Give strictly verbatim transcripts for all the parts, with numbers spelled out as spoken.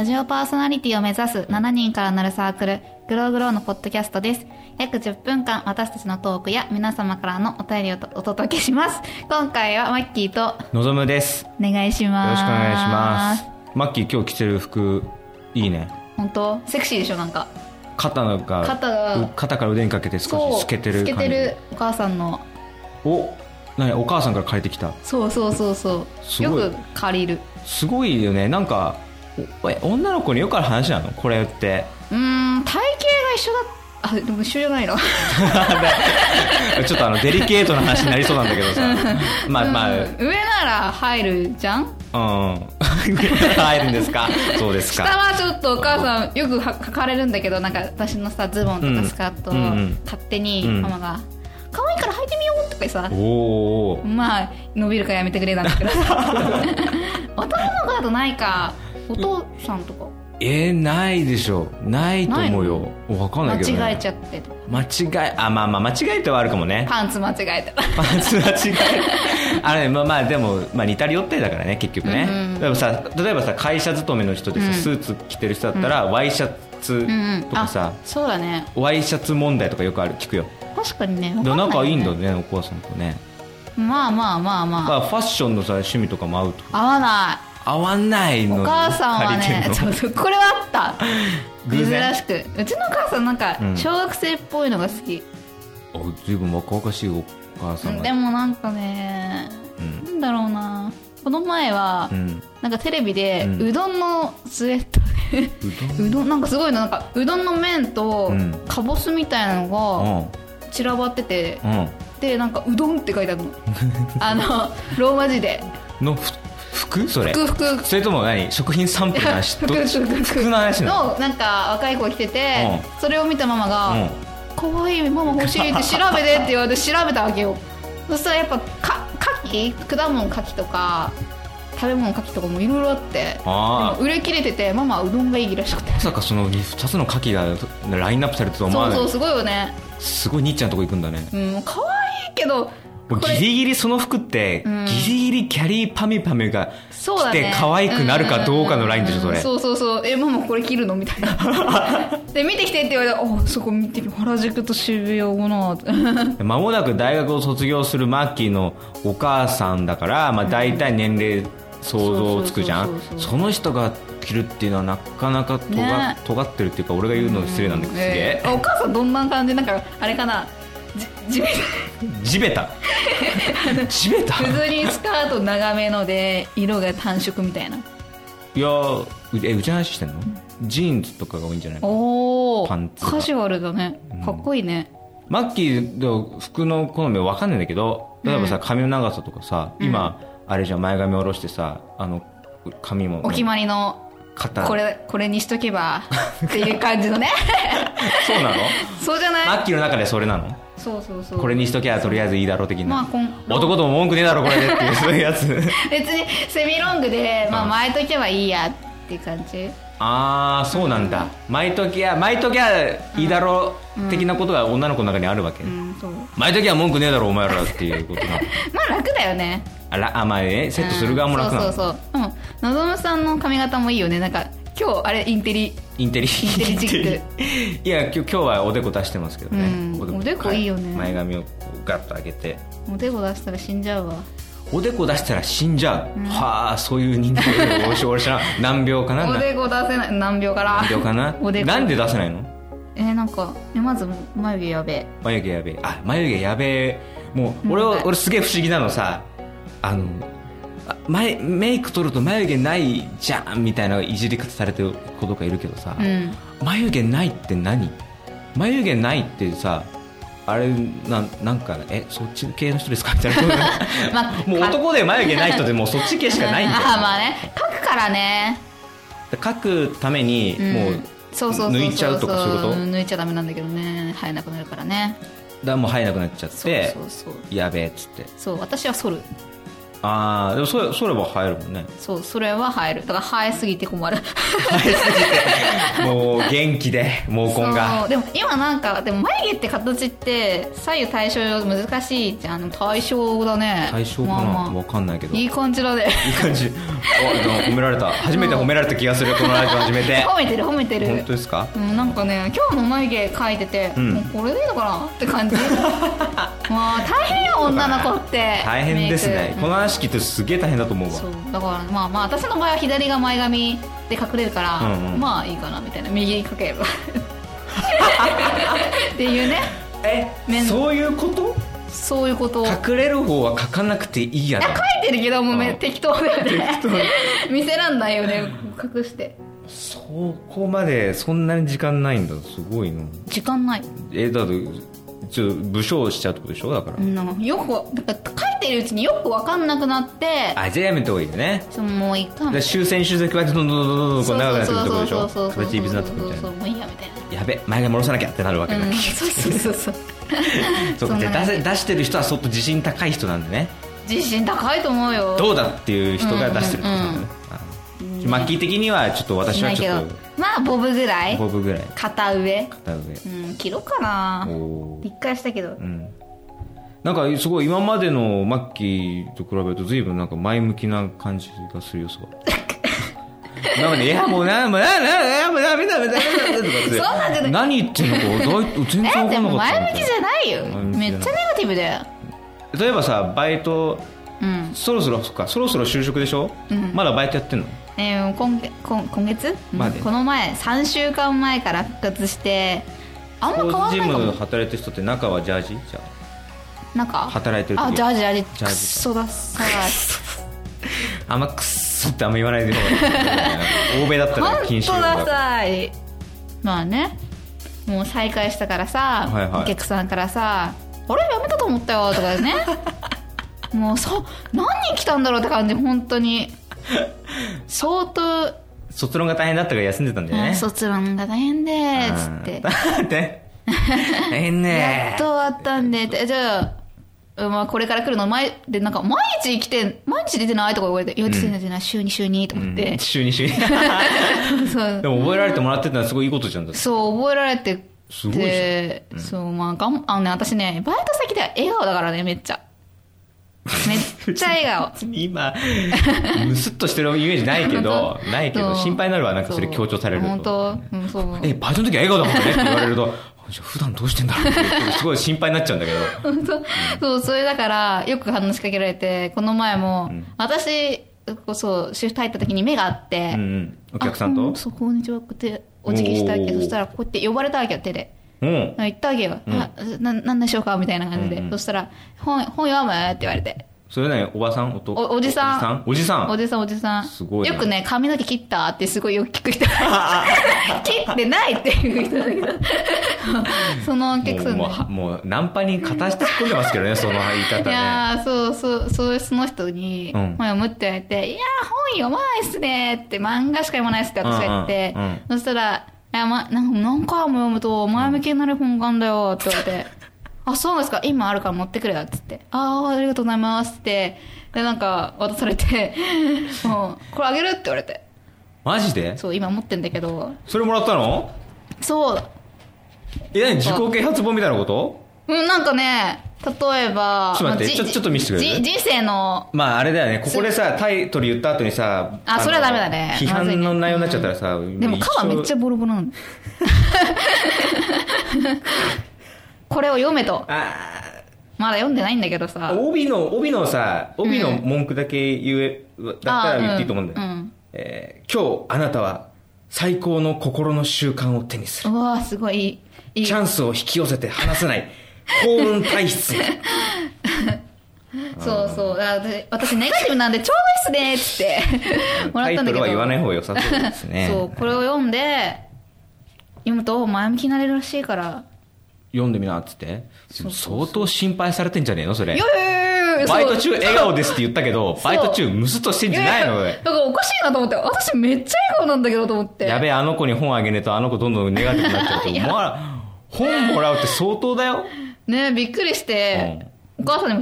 ラジオパーソナリティを目指すしちにんからなるサークルグローグローのポッドキャストです。約じゅっぷんかん私たちのトークや皆様からのお便りをお届けします。今回はマッキーとのぞむです。 お願いします。 よろしくお願いします。マッキー今日着てる服いいね。 本当セクシーでしょ。なんか肩が肩が肩から腕にかけて少し透けてる感じ。 透けてるお母さんのお何お母さんから借りてきた。 そうそうそうそうよく借りる。すごいよね。なんか女の子によくある話なのこれって。 うーん体型が一緒だあでも一緒じゃないのちょっとあのデリケートな話になりそうなんだけどさまあまあ、うん、 上なら入るじゃん。 うん上なら入るんですかそうですか。 下はちょっとお母さんよく書かれるんだけど、なんか私のさズボンとかスカートを勝手にママが、うん可愛いから履いてみようとかさ、おまあ伸びるからやめてくれなんだけど男の子だとないか。お父さんとかえー、ないでしょ。ないと思うよ。分かんないけど、ね、 間違えちゃって間違えあまあまあ間違えてはあるかもね。 パンツ間違えたパンツ間違えたあれ、まあ、まあでも、まあ、似たり寄ったりだからね結局ね、うんうん、例えばさ例えばさ会社勤めの人でさ、うん、スーツ着てる人だったら、うん、ワイシャツとかさ、うんうん、 そうだねワイシャツ問題とかよくある聞くよ。 確かにね。 仲いいんだねお母さんとね。 まあまあまあまあファッションのさ趣味とかも合うとか。 合わない合わないの。 お母さんはねそうそうこれはあった珍しくうちのお母さんなんか小学生っぽいのが好き、 うん、あ随分若々しいお母さんが。 でもなんかね、うん、なんだろうなこの前は、うん、なんかテレビで、うん、うどんのスウェットでうどんなんかすごいのなんかうどんの麺と、うん、かぼすみたいなのが散らばってて、うん、でなんかうどんって書いてあるのあのローマ字での服それ服服それとも何食品サンプルの話服服服服の話のなんか若い子が来てて、うん、それを見たママが、うん、かわいいママ欲しいって調べてって言われて調べたわけよ。そしたらやっぱか牡蠣果物牡蠣とか食べ物牡蠣とかもいろいろあってあ売れ切れててママはうどんがいいらしくて。 まさかそのふたつの牡蠣がラインナップされてると思わない。 そうそうすごいよね。 すごいニッチなとこ行くんだね。 うんかわいいけどギリギリその服って、うん、ギリギリキャリーパミュパミュが着て可愛くなるかどうかのラインでしょそれ。 そうそうそうえママこれ着るのみたいなで見てきてって言われたらおそこ見てる原宿と渋谷をな間もなく大学を卒業するマッキーのお母さんだから、まあ、大体年齢想像つくじゃん。その人が着るっていうのはなかなかとが、ね、尖ってるっていうか俺が言うの失礼なんだけど、うん、すげえ、 えー、お母さんどんな感じなんかあれかなじ地べた地べた普通にスカート長めので色が単色みたいな。 いやえうちの話してんの、うん、ジーンズとかが多いんじゃないかな。 おパンツカジュアルだねかっこいいね、 うん、マッキーの服の好みは分かんないんだけど例えばさ髪の長さとかさ、うん、今あれじゃん前髪下ろしてさあの髪もお決まりのこれこれにしとけばっていう感じのねそうなのそうじゃないマッキーの中でそれなの。 そうそうそうこれにしときゃとりあえずいいだろう的な、まあ、こん男とも文句ねえだろこれでっていうそういうやつ別にセミロングで、まあ、巻いとけばいいやっていう感じ。 ああそうなんだ、うん、巻いときゃ巻いときゃいいだろう、うん、的なことが女の子の中にあるわけ、うん、そう巻いときゃ文句ねえだろお前らっていうことがまあ楽だよね。 あらあまあねセットする側も楽なの、 うん、そうそうそう、うん、のぞむさんの髪型もいいよね。なんか今日あれインテリインテリインテリチックいや今日、今日はおでこ出してますけどね、 うん、おでこいいよね。 前髪をガッと上げておでこ出したら死んじゃうわ。 おでこ出したら死んじゃう、うん、はあそういう人間を俺知らん難病かなおでこ出せない難病から難病かなおでこなんで出せないの。 えー、なんかまず眉毛やべえ眉毛やべえあ眉毛やべえもう俺、うん、俺すげえ不思議なのさあのメイク取ると眉毛ないじゃんみたいないじり方されてる子とかいるけどさ、うん、眉毛ないって何。眉毛ないってさあれ な, なんかえそっち系の人ですかみたいな、まあ、もう男で眉毛ない人でもうそっち系しかないんだよあまあね描くからね描くためにもう抜いちゃうとかそういうこと。 抜いちゃダメなんだけどね生えなくなるからね。 だからもう生えなくなっちゃってそうそうそうやべえっつって。 そう私は剃るああ、でもそれ、それは生えるもんね。 そう、それは生える。だから生えすぎて困る。 生えすぎてもう元気で毛根が。 そう、でも今なんかでも眉毛って形って左右対称難しいじゃん。対称だね。 対称かな、まあまあ、分かんないけど。 いい感じだね。 いい感じ。あ、褒められた。初めて褒められた気がする、このラジオ初めて。 褒めてる褒めてる。 本当ですか？ うん、なんかね、今日も眉毛描いてて、うん、もうこれでいいのかなって感じ。もう大変よ女の子って。 大変ですね。この話聞いてすげえ大変だと思うわ。 そうだからまあまあ私の場合は左が前髪で隠れるから、うんうん、まあいいかなみたいな、右にかければっていうね。 え、そういうこと？ そういうこと。 隠れる方は書かなくていいやな。 いや書いてるけどもうめ適当だよね。適当見せらんないよね、隠して。 そこまでそんなに時間ないんだ。すごいの。 時間ない。 えだってちょっと武将しちゃうってことでしょ。だから、うん、 よくだから書いてるうちによく分かんなくなって、 あ、じゃあやめた方がいいよね。 そう、もういいかも。終戦終戦までどんどんどんどんどん長くなってくるってことでしょ。 そうそうそうそう、 形いびつになってくるみたいな。 そうそう、もういいやみたいな。 やべ、前髪戻さなきゃってなるわけだ、うん、 そうそうそうそうそうか。で出せ出してる人は相当自信高い人なんでね。 自信高いと思うよ。 どうだっていう人が出してるってことなんだね。マッキー的にはちょっと私はちょっとまあボブぐらい。 ボブぐらい。 片上。 片上。 うん、切ろうかな。一回したけど。うん。 なんかすごい今までのマッキーと比べると随分なんか前向きな感じがするよ、すごい。なんかね、いやもうな、もうな、な、もうダメだ、ダメだ、ダメだとかって。そうなんじゃない。何言ってんのか全然分かんなかった。 でも前向きじゃないよ。めっちゃネガティブだよ。 例えばさ、バイト、うん、そろそろそっか、そろそろ就職でしょ。うん、まだバイトやってんの？ えー、今, 今, 今月、までこの前さんしゅうかんまえから復活して、あんま変わんないかも。 ジム働いてる人って中はジャージ？じゃあ中働いてる時。 あ、ジャージジャージジャージ。くっそださあんまくっそってあんま言わないでほうがいい。欧米だったら禁止用語だ。 ほんとださい。まあね、もう再開したからさ、はいはい、お客さんからさ、あれやめたと思ったよとかね。もうそ何人来たんだろうって感じ。本当に相当卒論が大変だったから休んでたんだよね、うん、 卒論が大変でーつって大変ねやっと終わったんでって。じゃあ、まあ、これから来るの前でなんか毎日来て毎日出てないとか言われて、いや出てない出てない、週に週にと思って、うん、 週に週にそうでも覚えられてもらってたのはすごいいいことじゃん。だってそう覚えられてすごいで、 うん、そうまあがんあのね私ねバイト先では笑顔だからね、めっちゃめっちゃ笑顔。 今ムスッとしてるイメージないけどないけど心配になるわ。なんかそれ強調されると本当、うん、そうえバイトの時は笑顔だもんねって言われるとじゃあ普段どうしてんだろうってすごい心配になっちゃうんだけど本当、うん、そうそれだからよく話しかけられて、この前も、うん、私そうシフト入った時に目があって、うんうん、 お客さんとそうこんにちはってお辞儀したわけ。そしたらこうやって呼ばれたわけよ、手で。うん、言ったわけよ、うん、あななんでしょうかみたいな感じで、うんうん、そしたら本本読むって言われて。 それね、おばさん お, お, おじさんおじさんおじさんおじさんすごい、 ね、よくね髪の毛切ったってすごいよく聞く人切ってないっていう人だけどそのお客さん、ね、 もうもうナンパに片足突っ込んでますけどねその言い方ね。 いやそうそうそうその人に、うん、本読むって言われて、いや本読まないっすねって、漫画しか読まないっすって私が言って、うんうんうん、そしたらいや、ま、なんか何回も読むと前向きになる本があんだよって言われてあ、そうですか、今あるから持ってくれよっつって、ああありがとうございますってでなんか渡されてもうこれあげるって言われて。 マジで？ そう今持ってんだけど。 それもらったの？ そうえ、何自己啓発本みたいなこと？ うんなんかね、例えばちょっと待って、ちょ、ちょっと見せてくれる？ 人生のまああれだよね、ここでさタイトル言った後にさ、 あそれはダメだね、 批判の内容になっちゃったらさ、 うん、でも皮めっちゃボロボロなのこれを読めと。あまだ読んでないんだけどさ、 帯の帯のさ帯の文句だけ言え、うん、だったら言っていいと思うんだよ、うんうんえー、今日あなたは最高の心の習慣を手にする。 うわすごいいい。 チャンスを引き寄せて離せない幸運体質そうそう、私ネガティブなんでちょうどいいっすねってもらったんだけど、タイトルは言わない方が良さそうですねそうこれを読んで読むと前向きになれるらしいから読んでみなっつって。そうそうそう、相当心配されてんじゃねえのそれ。 いやいやいや、 バイト中笑顔ですって言ったけどバイト中ムスッとしてんじゃないの。 いやいやだからおかしいなと思って、私めっちゃ笑顔なんだけどと思って、 やべえあの子に本あげねえとあの子どんどんネガティブになっちゃうと思う。本もらうって相当だよね。びっくりして、うん、お母さんにも言ったら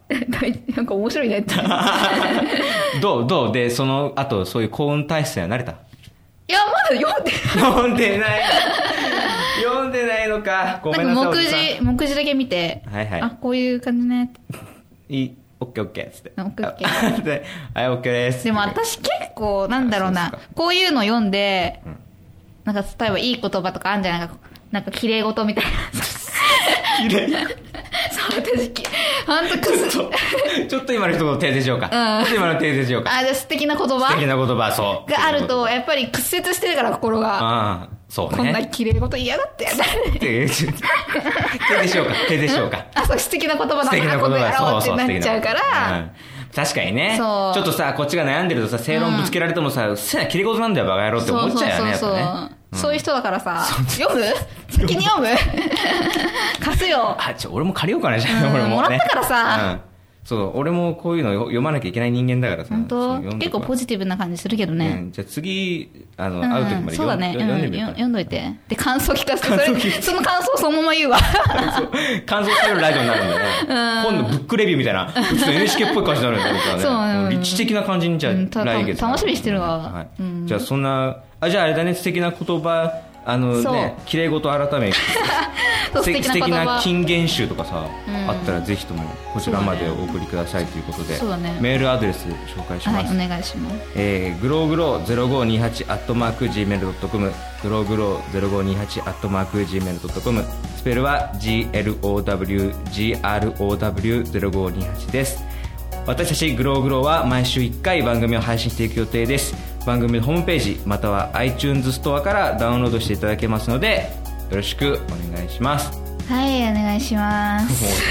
なんか面白いねってどうどうで、その後そういう幸運体質にはなれた？ いやまだ読んで読んでない読んでないのか、ごめんなさい。 なんか目次目次だけ見て、はいはい、あこういう感じねいい、オッケーオッケーっつって、 オッケーオッケーで、はいオッケーです。でも私結構なんだろうな、こういうの読んで、うん、なんか例えばいい言葉とかあるんじゃないか、なんか綺麗事みたいな綺麗そう私ほんとくすちょっとちょっと今の一言訂正しようか、うん、ちょっと今の訂正しようか。 あ、じゃあ素敵な言葉素敵な言葉、そうがあるとやっぱり屈折してるから心が、 ああそうね、 こんな綺麗事嫌がってやだ訂正しようか訂正しようかあ、そう素敵な言葉だからこの野郎ってなっちゃうから、 確かにね、ちょっとさこっちが悩んでるとさ正論ぶつけられてもさ、うっせえな綺麗事なんだよバカ野郎って思っちゃうよね。 そうそうそうそう、 やっぱね、 うん、そういう人だからさ、読む先に読む貸すよ。 あ、ちょ俺も借りようかなじゃあ、 うん、 俺も、ね、 もらったからさ、 うんそう俺もこういうの読まなきゃいけない人間だからさ。 本当結構ポジティブな感じするけどね、 うん、じゃあ次あの、うん、会う時まで読ん、 ね、 読んでみるか、 うん、読んどいて、で感想聞かせて、それその感想そのまま言うわ感想されるラジオになるんだよね、うん、今度ブックレビューみたいなちょっと エヌエイチケー っぽい感じになるんだよね。そう、うん、立地的な感じにじゃあ、うん、来月楽しみにしてるわ、 はい、うん、じゃあそんなあじゃああれだね、素敵な言葉あのね、綺麗事改め素敵な素敵な金言集とかさ、うん、あったらぜひともこちらまでお送りくださいということで、 そうだね、 メールアドレス紹介します。 はい、お願いします。 えー、グローグローゼロごにはちアットマーク ジーメールドットコム グローグローゼロごにはちアットマーク ジーメールドットコム スペルは ジーエルオーダブリュージーアールオーダブリューゼロごにはち です。私たちグローグローは毎週いっかい番組を配信していく予定です。番組のホームページまたは iTunes ストアからダウンロードしていただけますのでよろしくお願いします。 はい、お願いします。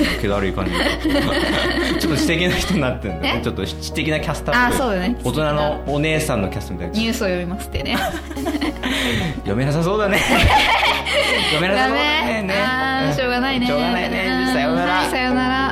もう気だるい感じちょっと知的な人になってるんで、ね、ちょっと知的なキャスター、 あ、そうだね、 大人のお姉さんのキャストみたいなニュースを読みますってね読めなさそうだね読めなさそうだね。 あ、しょうがないね、 しょうがないね。さようなら、 はい、さようなら。